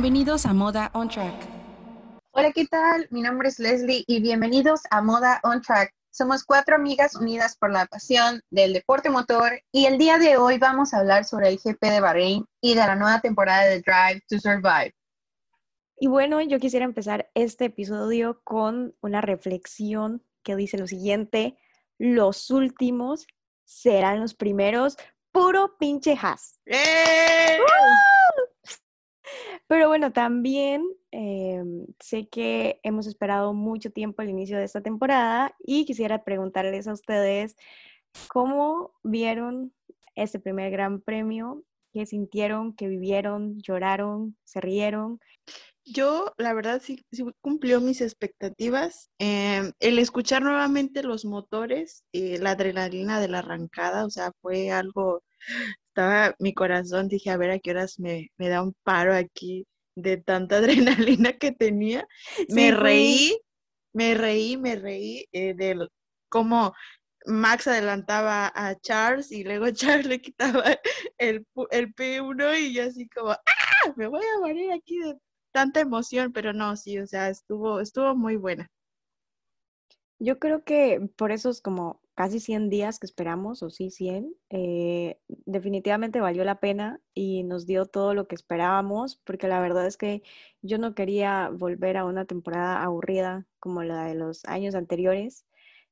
Bienvenidos a Moda on Track. Hola, ¿qué tal? Mi nombre es Leslie y bienvenidos a Moda on Track. Somos 4 amigas unidas por la pasión del deporte motor y el día de hoy vamos a hablar sobre el GP de Bahrein y de la nueva temporada de Drive to Survive. Y bueno, yo quisiera empezar este episodio con una reflexión que dice lo siguiente: los últimos serán los primeros, puro pinche Haas. Pero bueno, también sé que hemos esperado mucho tiempo el inicio de esta temporada y quisiera preguntarles a ustedes cómo vieron este primer gran premio, qué sintieron, qué vivieron, lloraron, se rieron. Yo, la verdad, sí cumplió mis expectativas. El escuchar nuevamente los motores, la adrenalina de la arrancada, o sea, fue algo, estaba mi corazón, dije, a ver a qué horas me da un paro aquí de tanta adrenalina que tenía. Me Sí, reí del cómo Max adelantaba a Charles y luego Charles le quitaba el P1 y yo así como, ¡ah! Me voy a morir aquí de tanta emoción, pero no, sí, o sea, estuvo muy buena. yo creo que por esos como casi 100 días que esperamos, o sí 100, definitivamente valió la pena y nos dio todo lo que esperábamos, porque la verdad es que yo no quería volver a una temporada aburrida como la de los años anteriores,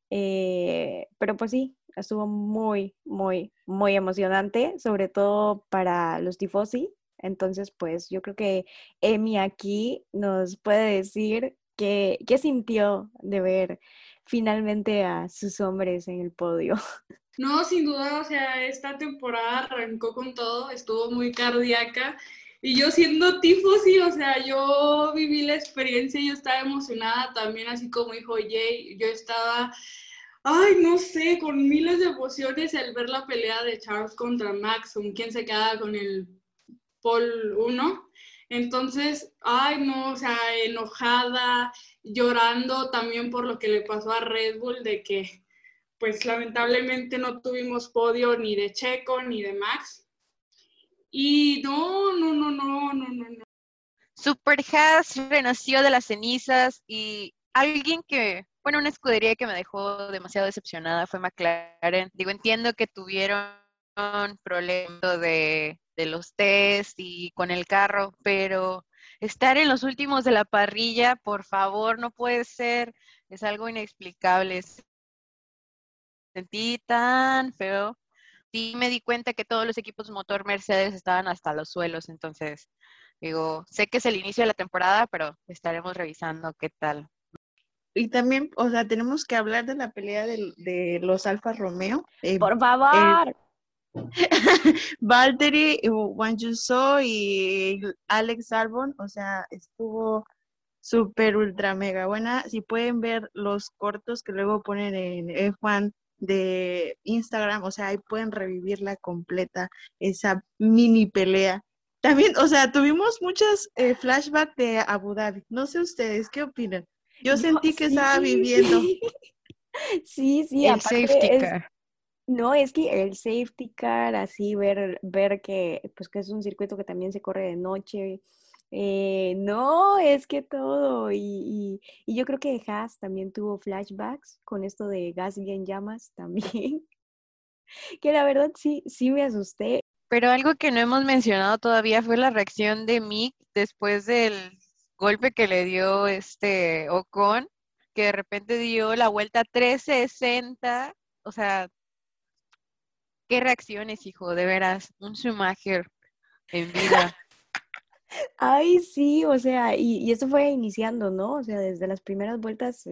pero pues sí, estuvo muy, muy, muy emocionante, sobre todo para los tifosi. Entonces, pues yo creo que Emi aquí nos puede decir qué sintió de ver finalmente a sus hombres en el podio. No, sin duda, o sea, esta temporada arrancó con todo, estuvo muy cardíaca y yo siendo tifosi, o sea, yo viví la experiencia y yo estaba emocionada también, así como dijo Jay, yo estaba, ay, no sé, con miles de emociones al ver la pelea de Charles contra Max, con quién se queda con el Paul 1. Entonces, ay, no, o sea, enojada, llorando también por lo que le pasó a Red Bull, de que pues lamentablemente no tuvimos podio ni de Checo ni de Max. Y no. Super Haas renació de las cenizas y alguien que, bueno, una escudería que me dejó demasiado decepcionada fue McLaren. Digo, entiendo que tuvieron problemas de los test y con el carro, pero estar en los últimos de la parrilla, por favor, no puede ser. Es algo inexplicable. Sentí tan feo. Sí me di cuenta que todos los equipos motor Mercedes estaban hasta los suelos, entonces digo, sé que es el inicio de la temporada, pero estaremos revisando qué tal. Y también, o sea, tenemos que hablar de la pelea de los Alfa Romeo. Por favor. Valtteri, Wang Yuso y Alex Albon, o sea, estuvo súper ultra mega buena. Si pueden ver los cortos que luego ponen en F1 de Instagram, o sea, ahí pueden revivirla completa, esa mini pelea. También, o sea, tuvimos muchas flashbacks de Abu Dhabi. No sé ustedes, ¿qué opinan? Yo sentí que estaba viviendo Sí, El safety aparte car. no, es que el safety car, así ver que, pues, que es un circuito que también se corre de noche. No, es que todo. Y yo creo que Haas también tuvo flashbacks con esto de Gasly en llamas también. Que la verdad sí me asusté. Pero algo que no hemos mencionado todavía fue la reacción de Mick después del golpe que le dio Ocon, que de repente dio la vuelta 360. O sea, qué reacciones, hijo, de veras, un Schumacher en vida. Ay, sí, o sea, y esto fue iniciando, ¿no? O sea, desde las primeras vueltas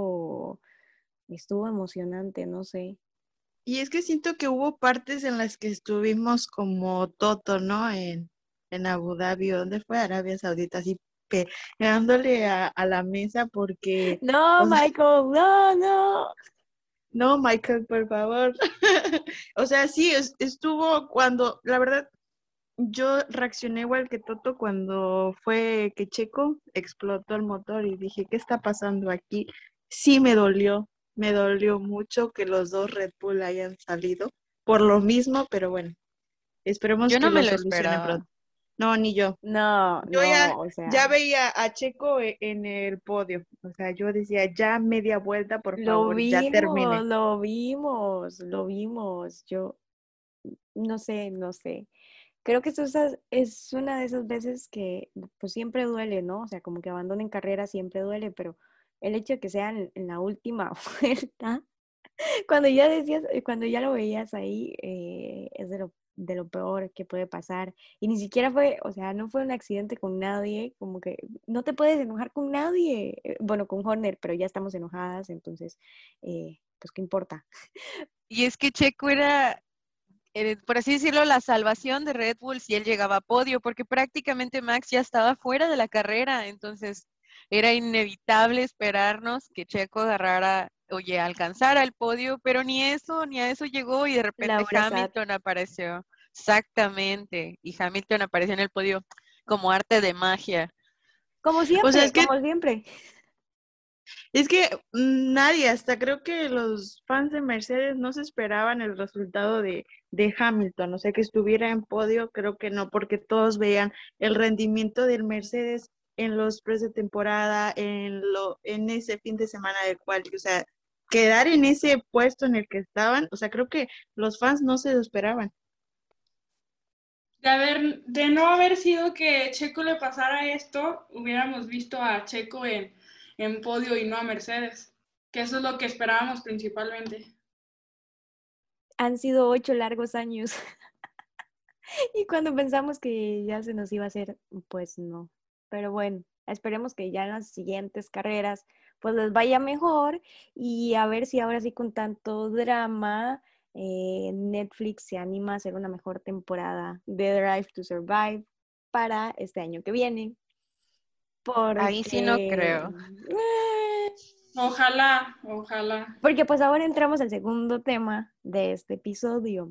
estuvo emocionante, no sé. y es que siento que hubo partes en las que estuvimos como Toto, ¿no? En Abu Dhabi, ¿dónde fue? Arabia Saudita, así pegándole a la mesa porque, No, o sea, Michael, no. no, Michael, por favor. O sea, sí, estuvo cuando, la verdad, yo reaccioné igual que Toto cuando fue que Checo explotó el motor y dije, ¿qué está pasando aquí? Sí me dolió mucho que los dos Red Bull hayan salido por lo mismo, pero bueno, esperemos Yo que no me lo lo solucionen esperaba. pronto. No, ni yo. No, Yo ya, no, o ya sea, veía a Checo en el podio. O sea, yo decía, ya media vuelta, por favor, ya termine. lo vimos. Yo no sé, no sé. Creo que es una de esas veces que pues siempre duele, ¿no? O sea, como que abandonen carrera siempre duele, pero el hecho de que sea en la última vuelta, cuando ya lo veías ahí, es de lo peor que puede pasar. Y ni siquiera fue, o sea, no fue un accidente con nadie, como que no te puedes enojar con nadie. Bueno, con Horner, pero ya estamos enojadas, entonces, pues, ¿qué importa? Y es que Checo era, por así decirlo, la salvación de Red Bull si él llegaba a podio, porque prácticamente Max ya estaba fuera de la carrera, entonces era inevitable esperarnos que Checo agarrara, oye, alcanzara el podio, pero ni a eso llegó y de repente Laura Sad. Hamilton apareció. Exactamente, y Hamilton apareció en el podio como arte de magia. O sea, Como siempre. es que nadie, hasta creo que los fans de Mercedes no se esperaban el resultado de Hamilton, o sea, que estuviera en podio, creo que no, porque todos veían el rendimiento del Mercedes en los press de temporada, en ese fin de semana del cual, o sea, quedar en ese puesto en el que estaban, o sea, creo que los fans no se lo esperaban. De no haber sido que Checo le pasara esto, hubiéramos visto a Checo en podio y no a Mercedes, que eso es lo que esperábamos principalmente. Han sido 8 largos años. Y cuando pensamos que ya se nos iba a hacer, pues no. Pero bueno, esperemos que ya en las siguientes carreras pues les vaya mejor y a ver si ahora sí con tanto drama Netflix se anima a hacer una mejor temporada de Drive to Survive para este año que viene. Ahí sí no Porque, creo. Ojalá, ojalá. porque pues ahora entramos al segundo tema de este episodio.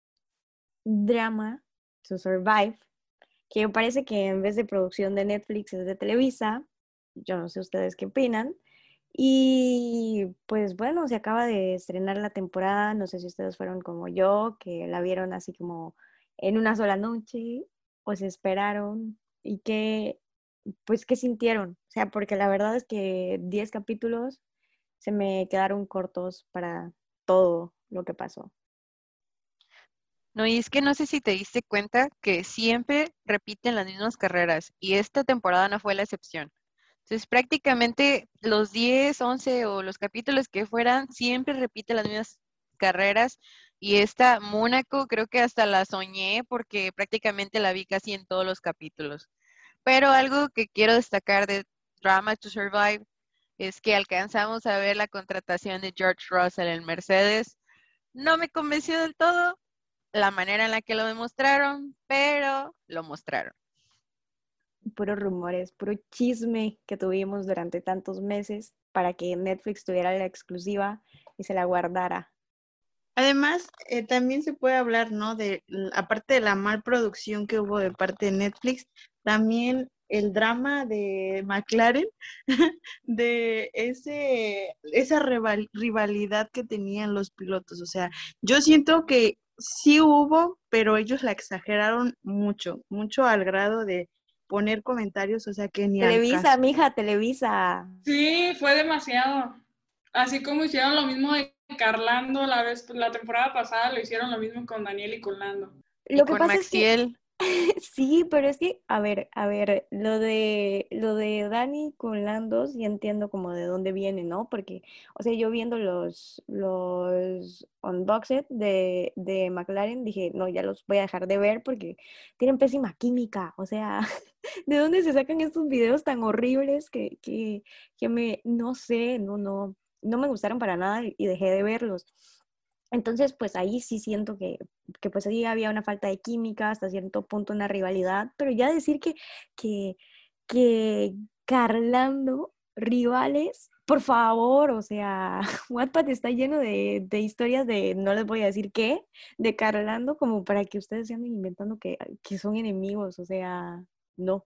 Drama to Survive, que parece que en vez de producción de Netflix es de Televisa. Yo no sé ustedes qué opinan. Y pues bueno, se acaba de estrenar la temporada. No sé si ustedes fueron como yo, que la vieron así como en una sola noche o se esperaron y pues, ¿qué sintieron? O sea, porque la verdad es que 10 capítulos se me quedaron cortos para todo lo que pasó. No, y es que no sé si te diste cuenta que siempre repiten las mismas carreras y esta temporada no fue la excepción. Entonces, prácticamente los 10, 11 o los capítulos que fueran, siempre repite las mismas carreras. Y esta Mónaco creo que hasta la soñé porque prácticamente la vi casi en todos los capítulos. Pero algo que quiero destacar de Drama to Survive es que alcanzamos a ver la contratación de George Russell en Mercedes. No me convenció del todo la manera en la que lo demostraron, pero lo mostraron. Puros rumores, puro chisme que tuvimos durante tantos meses para que Netflix tuviera la exclusiva y se la guardara. Además, también se puede hablar, ¿no? Aparte de la mal producción que hubo de parte de Netflix, también el drama de McLaren, de esa rivalidad que tenían los pilotos. O sea, yo siento que sí hubo, pero ellos la exageraron mucho, mucho al grado de poner comentarios, o sea, que ni al Televisa, caso. mija, Televisa. Sí, fue demasiado. Así como hicieron lo mismo de Carlando la temporada pasada, lo hicieron lo mismo con Daniel y con Lando. Y Lo que con pasa es que Maxiel, sí, pero es que, a ver, lo de Dani con Lando sí entiendo como de dónde viene, ¿no? Porque, o sea, yo viendo los unboxed de McLaren, dije, no, ya los voy a dejar de ver porque tienen pésima química. O sea, ¿de dónde se sacan estos videos tan horribles no sé, no me gustaron para nada y dejé de verlos? Entonces, pues ahí sí siento que pues ahí había una falta de química, hasta cierto punto una rivalidad, pero ya decir que, que Carlando rivales, por favor, o sea, Wattpad está lleno de historias de, no les voy a decir qué, de Carlando, como para que ustedes se anden inventando que son enemigos, o sea, no.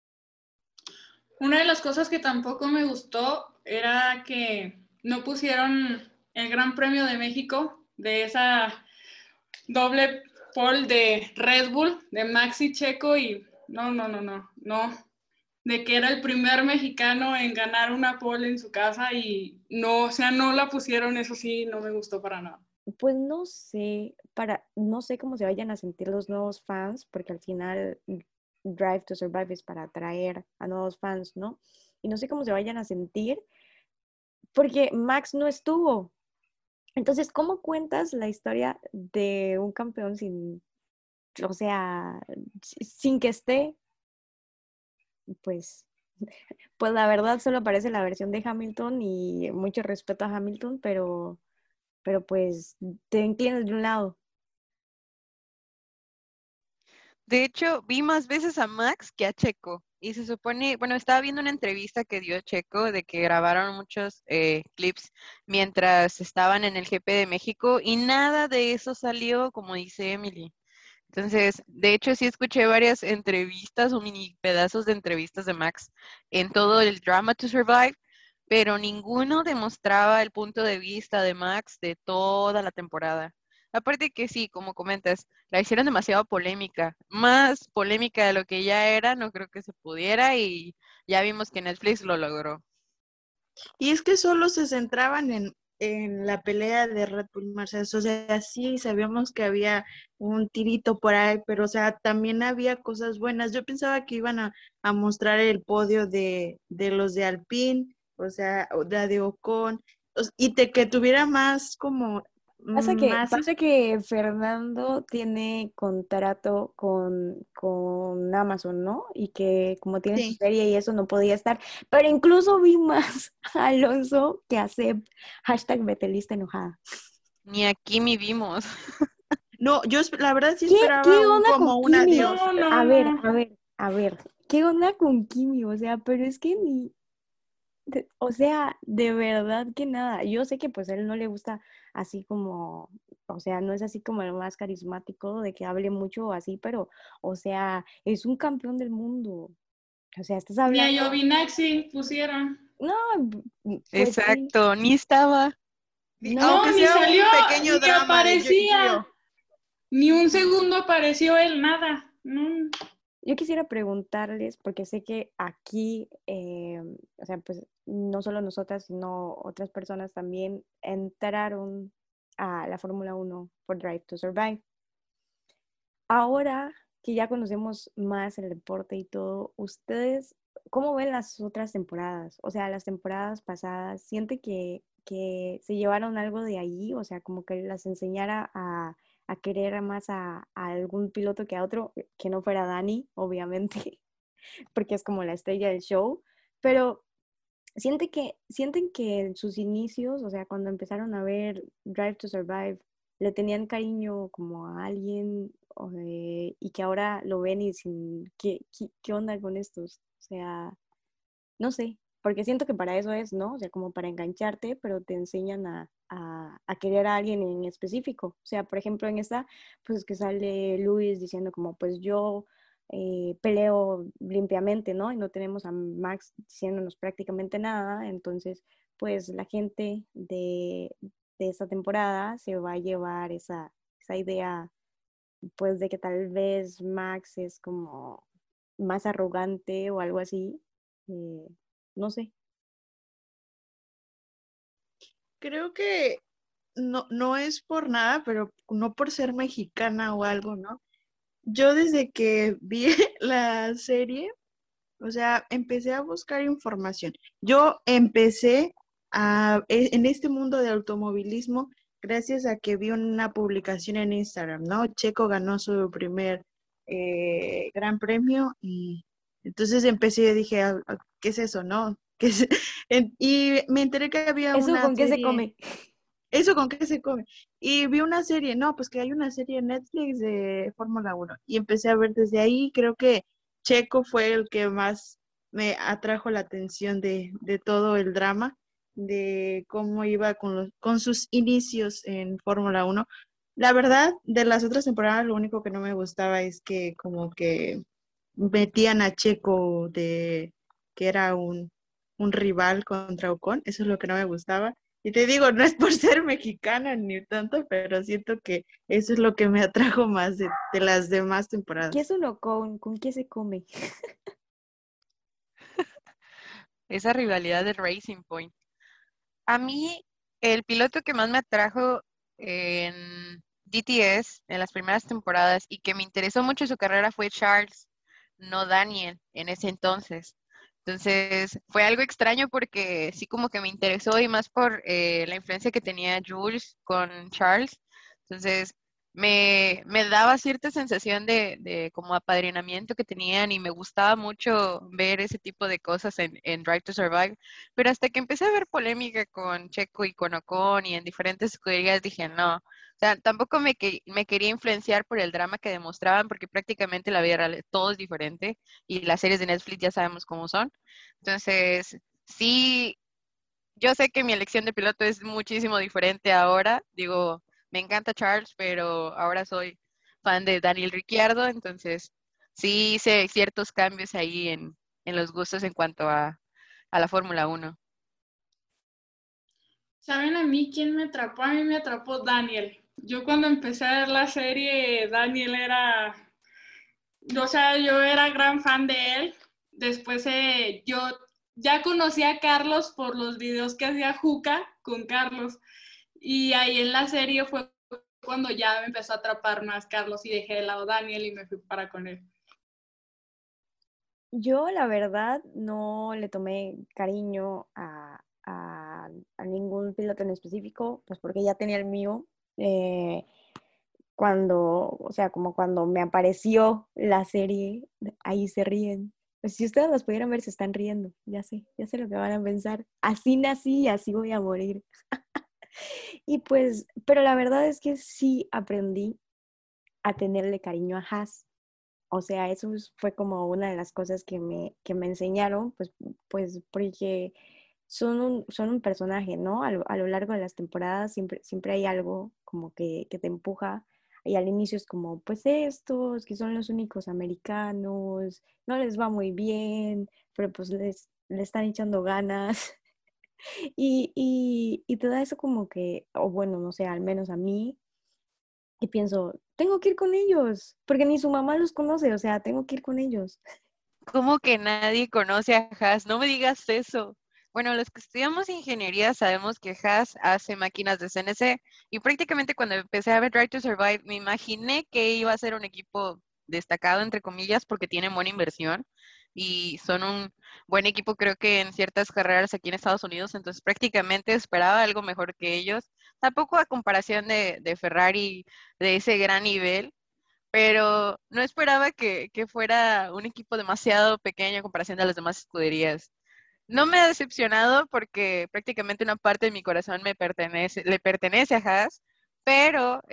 Una de las cosas que tampoco me gustó era que no pusieron el Gran Premio de México de esa doble pole de Red Bull, de Maxi Checo y no. De que era el primer mexicano en ganar una pole en su casa y no, o sea, no la pusieron, eso sí, no me gustó para nada. Pues no sé cómo se vayan a sentir los nuevos fans, porque al final Drive to Survive es para atraer a nuevos fans, ¿no? Y no sé cómo se vayan a sentir, porque Max no estuvo. Entonces, ¿cómo cuentas la historia de un campeón o sea, sin que esté? Pues, pues la verdad solo aparece la versión de Hamilton y mucho respeto a Hamilton, pero pues te inclinas de un lado. De hecho, vi más veces a Max que a Checo. Y se supone, bueno, estaba viendo una entrevista que dio Checo de que grabaron muchos clips mientras estaban en el GP de México y nada de eso salió, como dice Emily. Entonces, de hecho, sí escuché varias entrevistas o mini pedazos de entrevistas de Max en todo el Drama to Survive, pero ninguno demostraba el punto de vista de Max de toda la temporada. Aparte que sí, como comentas, la hicieron demasiado polémica, más polémica de lo que ya era, no creo que se pudiera y ya vimos que Netflix lo logró. Y es que solo se centraban en la pelea de Red Bull Mercedes, o sea, sí sabíamos que había un tirito por ahí, pero o sea, también había cosas buenas. Yo pensaba que iban a mostrar el podio de los de Alpine, o sea, de Ocon, que tuviera más como, más, Pasa que Fernando tiene contrato con Amazon, ¿no? Y que como tiene su sí. serie y eso no podía estar. Pero incluso vi más a Alonso que a Seb. Hashtag Betelista enojada. Ni aquí ni vimos. No, yo la verdad sí ¿Qué esperaba onda como con un Kimi? adiós. No, no, A ver, no. a ver, a ver. ¿Qué onda con Kimi? O sea, pero es que o sea, de verdad que nada. Yo sé que pues a él no le gusta así como, o sea, no es así como el más carismático de que hable mucho o así, pero, o sea, es un campeón del mundo. O sea, estás Ni a hablando, Giovinazzi pusieron. no, pues sí, Exacto, ni estaba. no. Aunque No, ni sea salió, un pequeño ni drama de aparecía. Gio. Ni un segundo apareció él, nada. No. Yo quisiera preguntarles, porque sé que aquí, o sea, pues no solo nosotras, sino otras personas también entraron a la Fórmula Uno por Drive to Survive. Ahora que ya conocemos más el deporte y todo, ¿ustedes cómo ven las otras temporadas? O sea, las temporadas pasadas, ¿siente que se llevaron algo de ahí? O sea, como que las enseñara a querer más a algún piloto que a otro, que no fuera Dani, obviamente, porque es como la estrella del show, pero sienten que en sus inicios, o sea, cuando empezaron a ver Drive to Survive, le tenían cariño como a alguien y que ahora lo ven y dicen, ¿qué onda con estos? O sea, no sé, porque siento que para eso es, ¿no? O sea, como para engancharte, pero te enseñan a querer a alguien en específico. O sea, por ejemplo, en esta, pues que sale Luis diciendo como, pues yo peleo limpiamente, ¿no? Y no tenemos a Max diciéndonos prácticamente nada, entonces, pues la gente de esta temporada se va a llevar esa idea, pues de que tal vez Max es como más arrogante o algo así. eh, no sé. Creo que no es por nada, pero no por ser mexicana o algo, ¿no? Yo desde que vi la serie, o sea, empecé a buscar información. Yo empecé en este mundo de automovilismo gracias a que vi una publicación en Instagram, ¿no? Checo ganó su primer gran premio y entonces empecé y dije, ¿qué es eso, no? ¿Qué es? Y me enteré que había ¿Eso una con qué se serie. come? ¿Eso con qué se come? Y vi una serie, no, pues que hay una serie en Netflix de Fórmula Uno y empecé a ver desde ahí. Creo que Checo fue el que más me atrajo la atención de todo el drama, de cómo iba con sus inicios en Fórmula Uno. La verdad, de las otras temporadas, lo único que no me gustaba es que como que metían a Checo de que era un rival contra Ocon, eso es lo que no me gustaba. Y te digo, no es por ser mexicana ni tanto, pero siento que eso es lo que me atrajo más de las demás ¿Qué temporadas. es uno con qué se come? Esa rivalidad de Racing Point. A mí, el piloto que más me atrajo en DTS en las primeras temporadas y que me interesó mucho su carrera fue Charles, no Daniel, en ese entonces. Entonces, fue algo extraño porque sí como que me interesó y más por la influencia que tenía Jules con Charles. Entonces, me daba cierta sensación de como apadrinamiento que tenían y me gustaba mucho ver ese tipo de cosas en Drive to Survive. Pero hasta que empecé a ver polémica con Checo y con Ocon y en diferentes escuderías dije, no, o sea, tampoco me quería influenciar por el drama que demostraban porque prácticamente la vida real todo es diferente y las series de Netflix ya sabemos cómo son. Entonces, sí, yo sé que mi elección de piloto es muchísimo diferente ahora. Digo, me encanta Charles, pero ahora soy fan de Daniel Ricciardo, entonces sí hice ciertos cambios ahí en los gustos en cuanto a la Fórmula 1. ¿Saben a mí quién me atrapó? A mí me atrapó Daniel. Yo cuando empecé a ver la serie, Daniel era, o sea, yo era gran fan de él. Después yo ya conocí a Carlos por los videos que hacía Juca con Carlos. Y ahí en la serie fue cuando ya me empezó a atrapar más Carlos y dejé de lado a Daniel y me fui para con él. Yo, la verdad, no le tomé cariño a ningún piloto en específico, pues porque ya tenía el mío. O sea, como cuando me apareció la serie, ahí se ríen. Pues si ustedes las pudieran ver, se están riendo. Ya sé lo que van a pensar. Así nací y así voy a morir. Y pues, pero la verdad es que sí aprendí a tenerle cariño a Haas. O sea, fue como una de las cosas que me enseñaron, pues porque son un personaje, ¿no? A lo largo de las temporadas siempre hay algo como que te empuja. Y al inicio es como, pues estos, que son los únicos americanos, no les va muy bien, pero pues le están echando ganas. Y te da eso como que, o bueno, no sé, al menos a mí, y pienso, tengo que ir con ellos, porque ni su mamá los conoce, o sea, tengo que ir con ellos. ¿Cómo que nadie conoce a Haas? No me digas eso. Bueno, los que estudiamos ingeniería sabemos que Haas hace máquinas de CNC y prácticamente cuando empecé a ver Drive to Survive me imaginé que iba a ser un equipo destacado, entre comillas, porque tienen buena inversión y son un buen equipo, creo que en ciertas carreras aquí en Estados Unidos, entonces prácticamente esperaba algo mejor que ellos. Tampoco a comparación de Ferrari de ese gran nivel, pero no esperaba que fuera un equipo demasiado pequeño en comparación de las demás escuderías. No me ha decepcionado porque prácticamente una parte de mi corazón le pertenece a Haas, pero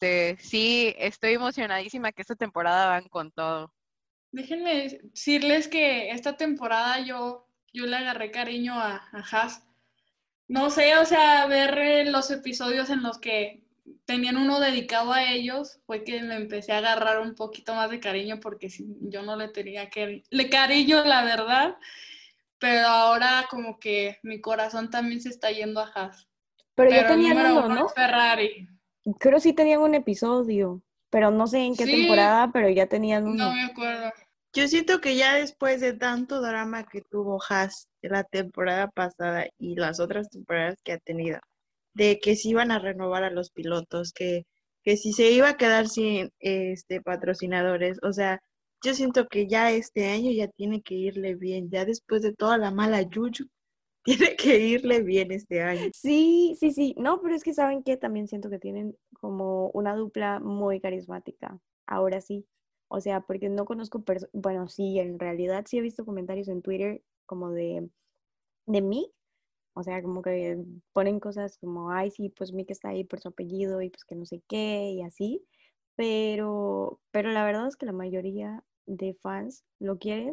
sí estoy emocionadísima que esta temporada van con todo. Déjenme decirles que esta temporada yo le agarré cariño a Haas. No sé, o sea, ver los episodios en los que tenían uno dedicado a ellos fue que le empecé a agarrar un poquito más de cariño porque yo no le tenía le cariño, la verdad, pero ahora como que mi corazón también se está yendo a Haas. Pero ya Pero el tenían número uno, uno ¿no? es Ferrari. Creo sí tenían un episodio, pero no sé en qué Sí, temporada, pero ya tenían no uno. me acuerdo. Yo siento que ya después de tanto drama que tuvo Haas la temporada pasada y las otras temporadas que ha tenido, de que se iban a renovar a los pilotos, que si se iba a quedar sin patrocinadores, o sea, yo siento que ya este año ya tiene que irle bien, ya después de toda la mala yuyu, tiene que irle bien este año. Sí, sí, sí. No, pero es que saben que también siento que tienen como una dupla muy carismática. Ahora sí. O sea, porque no conozco bueno, sí, en realidad sí he visto comentarios en Twitter como de Mick. O sea, como que ponen cosas como, ay, sí, pues Mick está ahí por su apellido y pues que no sé qué y así. Pero la verdad es que la mayoría de fans lo quieren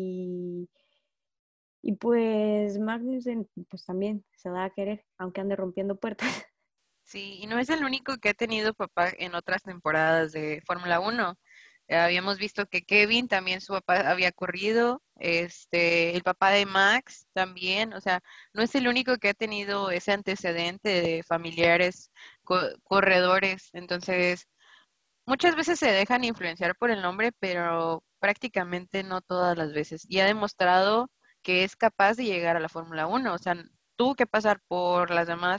y pues Magnussen pues también se da a querer, aunque ande rompiendo puertas. Sí, y no es el único que ha tenido papá en otras temporadas de Fórmula 1. Habíamos visto que Kevin también su papá había corrido, el papá de Max también, o sea, no es el único que ha tenido ese antecedente de familiares corredores, entonces muchas veces se dejan influenciar por el nombre, pero prácticamente no todas las veces. Y ha demostrado que es capaz de llegar a la Fórmula Uno. O sea, tuvo que pasar por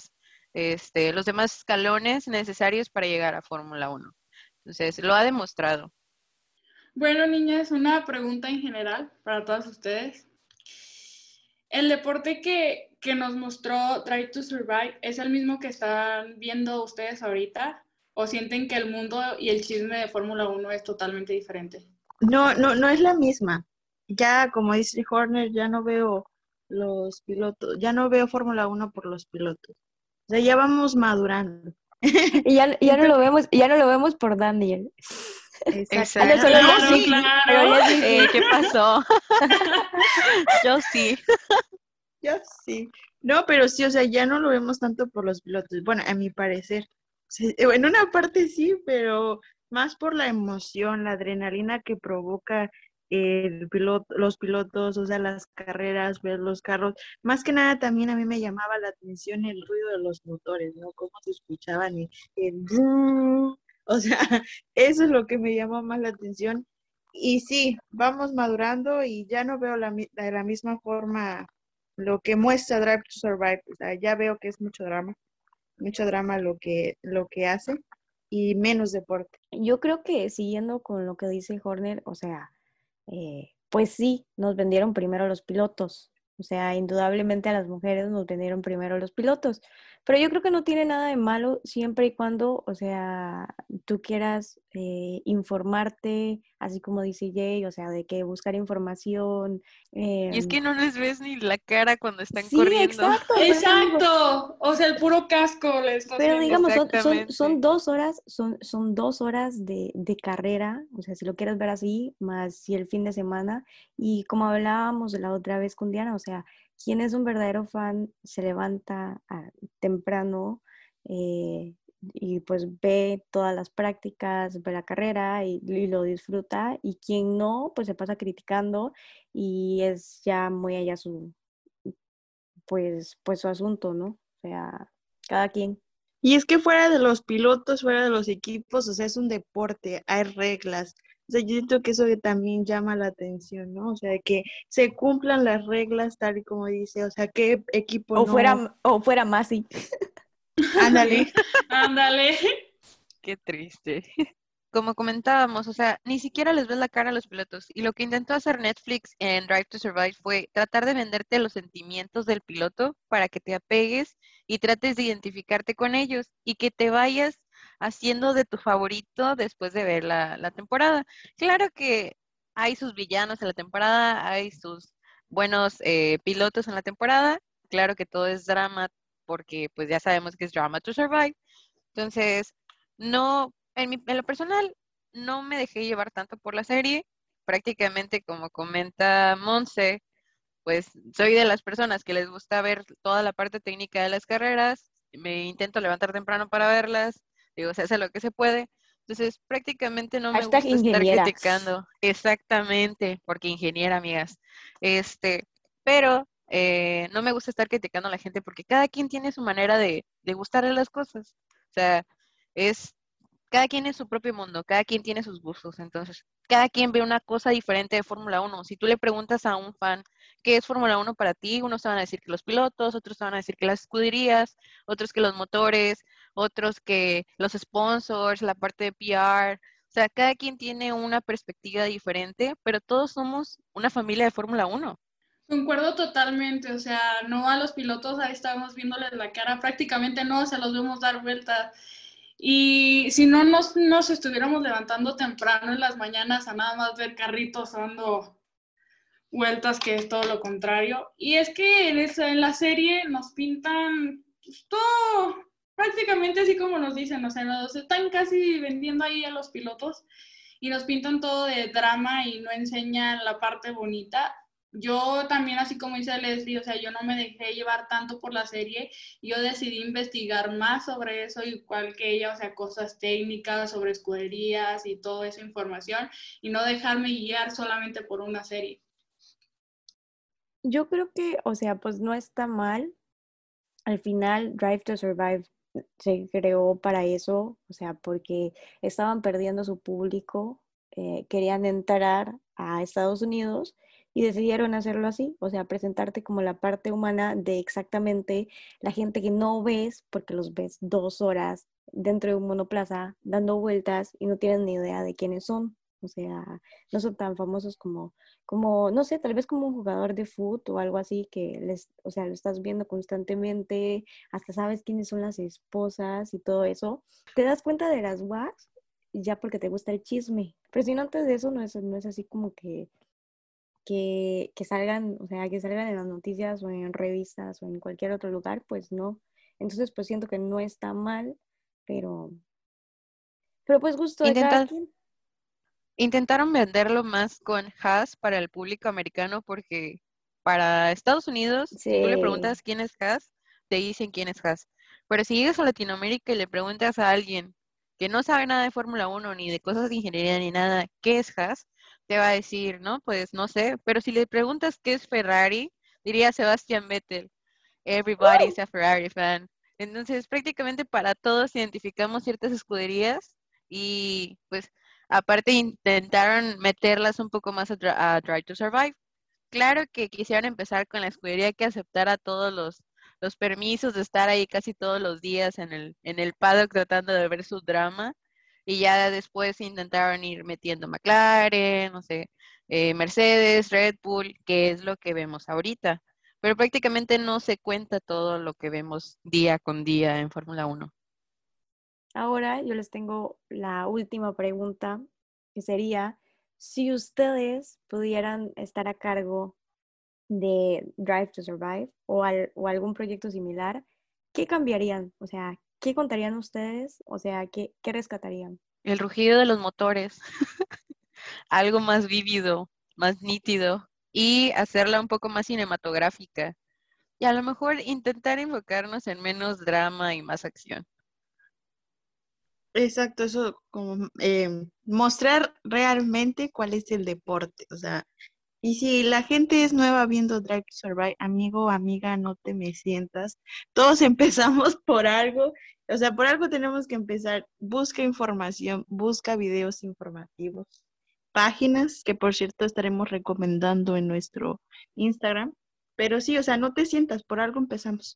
los demás escalones necesarios para llegar a Fórmula Uno. Entonces, lo ha demostrado. Bueno, niñas, una pregunta en general para todas ustedes. ¿El deporte que nos mostró Drive to Survive es el mismo que están viendo ustedes ahorita? ¿O sienten que el mundo y el chisme de Fórmula 1 es totalmente diferente? No es la misma. Ya, como dice Horner, ya no veo los pilotos, ya no veo Fórmula 1 por los pilotos. O sea, ya vamos madurando. Y ya no lo vemos, ya no lo vemos por Daniel. Exacto. No, solo Claro, Leslie, claro. pero Leslie sí. ¿Qué pasó? Yo sí. Yo sí. No, pero sí, o sea, ya no lo vemos tanto por los pilotos. Bueno, a mi parecer. Sí, en una parte sí, pero más por la emoción, la adrenalina que provoca los pilotos, o sea, las carreras, ver los carros. Más que nada también a mí me llamaba la atención el ruido de los motores, ¿no? Cómo se escuchaban y el brum. O sea, eso es lo que me llamó más la atención. Y sí, vamos madurando y ya no veo de la misma forma lo que muestra Drive to Survive. O sea, ya veo que es mucho drama lo que hace y menos deporte. Yo creo que siguiendo con lo que dice Horner, o sea, pues sí, nos vendieron primero los pilotos. O sea, indudablemente a las mujeres nos vendieron primero los pilotos. Pero yo creo que no tiene nada de malo siempre y cuando, o sea, tú quieras informarte, así como dice Jay, o sea, de que buscar información. Y es que no les ves ni la cara cuando están Sí, corriendo. exacto, por eso digo. Exacto. O sea, el puro casco le está Pero haciendo. digamos, son Exactamente. 2 horas, son 2 horas de carrera, o sea, si lo quieres ver así, más si el fin de semana. Y como hablábamos la otra vez con Diana, o sea, quien es un verdadero fan se levanta temprano y pues ve todas las prácticas, ve la carrera y lo disfruta. Y quien no, pues se pasa criticando y es ya muy allá pues su asunto, ¿no? O sea, cada quien. Y es que fuera de los pilotos, fuera de los equipos, o sea, es un deporte, hay reglas. O sea, yo siento que eso que también llama la atención, ¿no? O sea, que se cumplan las reglas tal y como dice, o sea, qué equipo no. O fuera Masi. Ándale. Ándale. Qué triste. Como comentábamos, o sea, ni siquiera les ves la cara a los pilotos. Y lo que intentó hacer Netflix en Drive to Survive fue tratar de venderte los sentimientos del piloto para que te apegues y trates de identificarte con ellos y que te vayas haciendo de tu favorito después de ver la temporada. Claro que hay sus villanos en la temporada, hay sus buenos pilotos en la temporada. Claro que todo es drama porque pues ya sabemos que es drama to survive. Entonces, no, en lo personal, no me dejé llevar tanto por la serie. Prácticamente, como comenta Monse, pues soy de las personas que les gusta ver toda la parte técnica de las carreras. Me intento levantar temprano para verlas. Digo, se hace lo que se puede. Entonces, prácticamente no me Hashtag gusta estar ingeniera. criticando. Exactamente, porque ingeniera, amigas. Pero no me gusta estar criticando a la gente porque cada quien tiene su manera de gustarle las cosas. O sea, es, cada quien es su propio mundo, cada quien tiene sus gustos, entonces, cada quien ve una cosa diferente de Fórmula 1. Si tú le preguntas a un fan qué es Fórmula 1 para ti, unos te van a decir que los pilotos, otros te van a decir que las escuderías, otros que los motores, otros que los sponsors, la parte de PR. O sea, cada quien tiene una perspectiva diferente, pero todos somos una familia de Fórmula 1. Concuerdo totalmente, o sea, no a los pilotos, ahí estábamos viéndoles la cara, prácticamente no, se los vemos dar vueltas. Y si no nos estuviéramos levantando temprano en las mañanas a nada más ver carritos dando vueltas, que es todo lo contrario. Y es que en la serie nos pintan pues, todo prácticamente así como nos dicen, o sea, nos están casi vendiendo ahí a los pilotos y nos pintan todo de drama y no enseñan la parte bonita. Yo también, así como dice Leslie, o sea, yo no me dejé llevar tanto por la serie, yo decidí investigar más sobre eso, igual que ella, o sea, cosas técnicas, sobre escuderías y toda esa información, y no dejarme guiar solamente por una serie. Yo creo que, o sea, pues no está mal. Al final, Drive to Survive se creó para eso, o sea, porque estaban perdiendo su público, querían entrar a Estados Unidos y decidieron hacerlo así, o sea, presentarte como la parte humana de exactamente la gente que no ves, porque los ves 2 horas dentro de un monoplaza dando vueltas y no tienen ni idea de quiénes son. O sea, no son tan famosos no sé, tal vez como un jugador de fútbol o algo así que o sea, lo estás viendo constantemente, hasta sabes quiénes son las esposas y todo eso. Te das cuenta de las WACs ya porque te gusta el chisme. Pero si no antes de eso no es así como que salgan, o sea, que salgan en las noticias o en revistas o en cualquier otro lugar, pues no. Entonces, pues siento que no está mal, pero, pero pues gusto de cada Intentan, quien. intentaron venderlo más con Haas para el público americano porque para Estados Unidos, si tú le Sí. preguntas quién es Haas, te dicen quién es Haas. Pero si llegas a Latinoamérica y le preguntas a alguien que no sabe nada de Fórmula 1 ni de cosas de ingeniería ni nada, ¿qué es Haas? Te va a decir, no, pues no sé. Pero si le preguntas qué es Ferrari, diría Sebastian Vettel. Everybody's a Ferrari fan. Entonces, prácticamente para todos identificamos ciertas escuderías y pues aparte intentaron meterlas un poco más a Drive to Survive. Claro que quisieron empezar con la escudería que aceptara todos los permisos de estar ahí casi todos los días en el paddock tratando de ver su drama y ya después intentaron ir metiendo McLaren, no sé, Mercedes, Red Bull, que es lo que vemos ahorita. Pero prácticamente no se cuenta todo lo que vemos día con día en Fórmula 1. Ahora yo les tengo la última pregunta, que sería, si ustedes pudieran estar a cargo de Drive to Survive o algún proyecto similar, ¿qué cambiarían? O sea, ¿qué contarían ustedes? O sea, ¿qué rescatarían? El rugido de los motores, algo más vívido, más nítido y hacerla un poco más cinematográfica. Y a lo mejor intentar enfocarnos en menos drama y más acción. Exacto, eso como mostrar realmente cuál es el deporte, o sea, y si la gente es nueva viendo Drive to Survive, amigo o amiga, no te me sientas. Todos empezamos por algo, o sea, por algo tenemos que empezar. Busca información, busca videos informativos, páginas que por cierto estaremos recomendando en nuestro Instagram. Pero sí, o sea, no te sientas, por algo empezamos.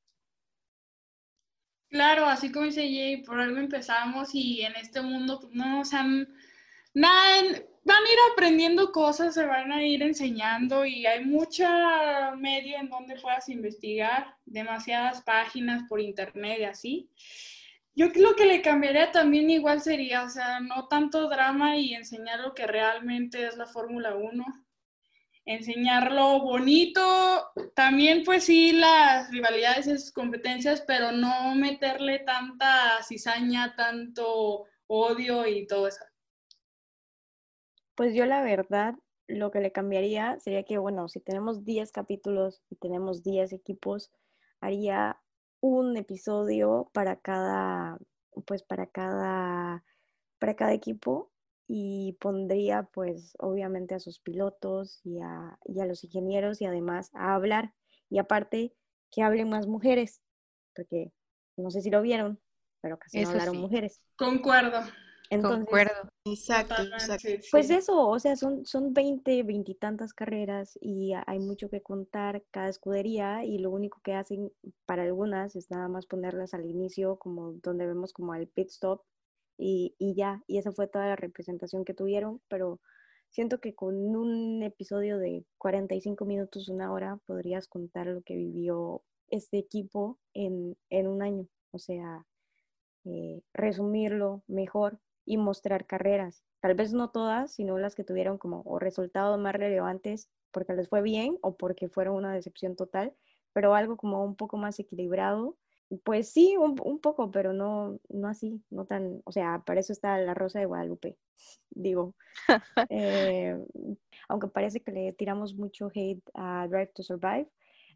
Claro, así como dice Jay, por algo empezamos y en este mundo, pues, no, o sea, nada, van a ir aprendiendo cosas, se van a ir enseñando y hay mucha media en donde puedas investigar, demasiadas páginas por internet y así. Yo creo que le cambiaría también igual sería, o sea, no tanto drama y enseñar lo que realmente es la Fórmula 1, enseñarlo bonito, también pues sí las rivalidades, esas competencias, pero no meterle tanta cizaña, tanto odio y todo eso. Pues yo la verdad, lo que le cambiaría sería que, bueno, si tenemos 10 capítulos y tenemos 10 equipos, haría un episodio pues para cada equipo y pondría pues obviamente a sus pilotos y a los ingenieros y además a hablar. Y aparte que hablen más mujeres, porque no sé si lo vieron, pero casi no Eso hablaron sí, mujeres. Concuerdo, Entonces, concuerdo. Exacto, exacto. totalmente, pues sí. eso, o sea, son 20 y tantas carreras y hay mucho que contar cada escudería y lo único que hacen para algunas es nada más ponerlas al inicio, como donde vemos como el pit stop y ya, y esa fue toda la representación que tuvieron, pero siento que con un episodio de 45 minutos, 1 hora, podrías contar lo que vivió este equipo en un año, o sea, resumirlo mejor y mostrar carreras. Tal vez no todas, sino las que tuvieron como o resultados más relevantes porque les fue bien o porque fueron una decepción total, pero algo como un poco más equilibrado. Pues sí, un poco, pero no así, no tan, o sea, para eso está la Rosa de Guadalupe, digo. Eh, Aunque parece que le tiramos mucho hate a Drive to Survive,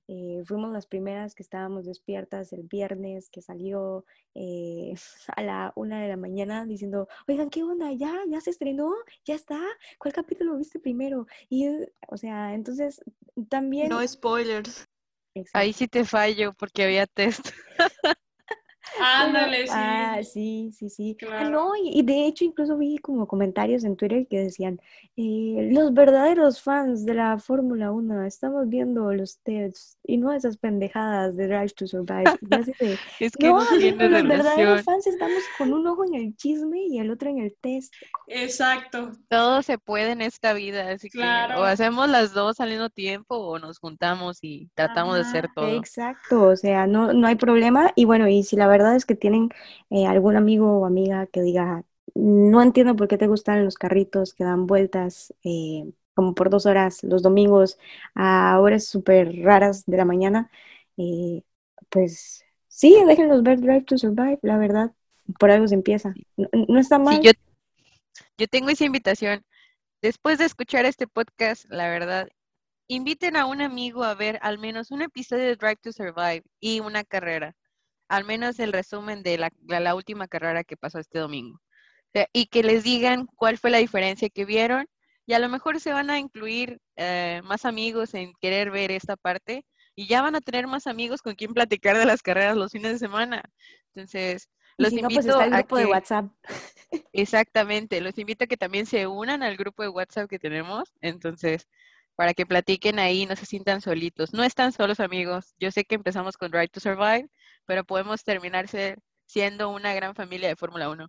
Fuimos las primeras que estábamos despiertas el viernes que salió a la 1 de la mañana diciendo, oigan, ¿qué onda? ¿Ya se estrenó? ¿Ya está? ¿Cuál capítulo viste primero? Y, o sea, entonces también... No spoilers. Ahí Exacto. sí te fallo porque había test. Pero, Ándale, sí, sí. claro. No, y de hecho incluso vi como comentarios en Twitter que decían, los verdaderos fans de la Fórmula 1 estamos viendo los tests y no esas pendejadas de Drive to Survive. Y yo así de, Es que no, no amigo, tiene los verdaderos relación. fans estamos con un ojo en el chisme y el otro en el test. Exacto, Todo se puede en esta vida, así que o claro. hacemos las dos al mismo tiempo o nos juntamos y tratamos de hacer Ajá. todo. Exacto, o sea, no hay problema. Y bueno, y si la verdad es que tienen algún amigo o amiga que diga, no entiendo por qué te gustan los carritos que dan vueltas como por 2 horas los domingos a horas súper raras de la mañana, eh, pues sí, déjenlos ver Drive to Survive, la verdad, por algo se empieza. No está Sí, mal. yo tengo esa invitación. Después de escuchar este podcast, la verdad, inviten a un amigo a ver al menos un episodio de Drive to Survive y una carrera. Al menos el resumen de la última carrera que pasó este domingo. O sea, y que les digan cuál fue la diferencia que vieron. Y a lo mejor se van a incluir más amigos en querer ver esta parte. Y ya van a tener más amigos con quien platicar de las carreras los fines de semana. Entonces, Y los si no, pues está invito el a grupo de que, WhatsApp. exactamente, los invito a que también se unan al grupo de WhatsApp que tenemos. Entonces, para que platiquen ahí, no se sientan solitos. No están solos, amigos. Yo sé que empezamos con Drive to Survive, pero podemos terminar siendo una gran familia de Fórmula 1.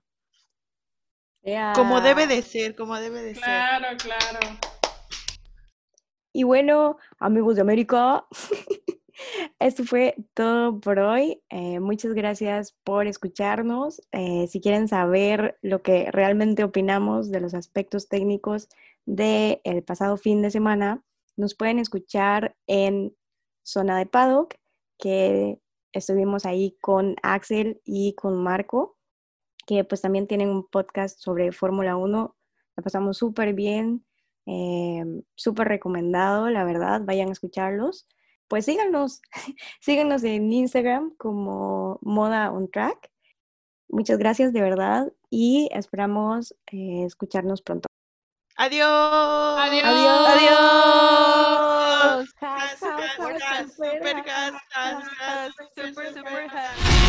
Como debe Yeah. de ser, como debe de ser. Claro, claro. Y bueno, amigos de América, esto fue todo por hoy. Muchas gracias por escucharnos. Si quieren saber lo que realmente opinamos de los aspectos técnicos del pasado fin de semana, nos pueden escuchar en Zona de Paddock, que estuvimos ahí con Axel y con Marco, que pues también tienen un podcast sobre Fórmula 1. La pasamos súper bien, súper recomendado, la verdad, vayan a escucharlos. Pues síganos, síganos en Instagram como Moda on Track. Muchas gracias de verdad y esperamos escucharnos pronto. Adiós. Adiós. ¡Adiós! Has, Has, has, has, has, has, super, super has, has, has, has, has, Has, super, super, super super has. has.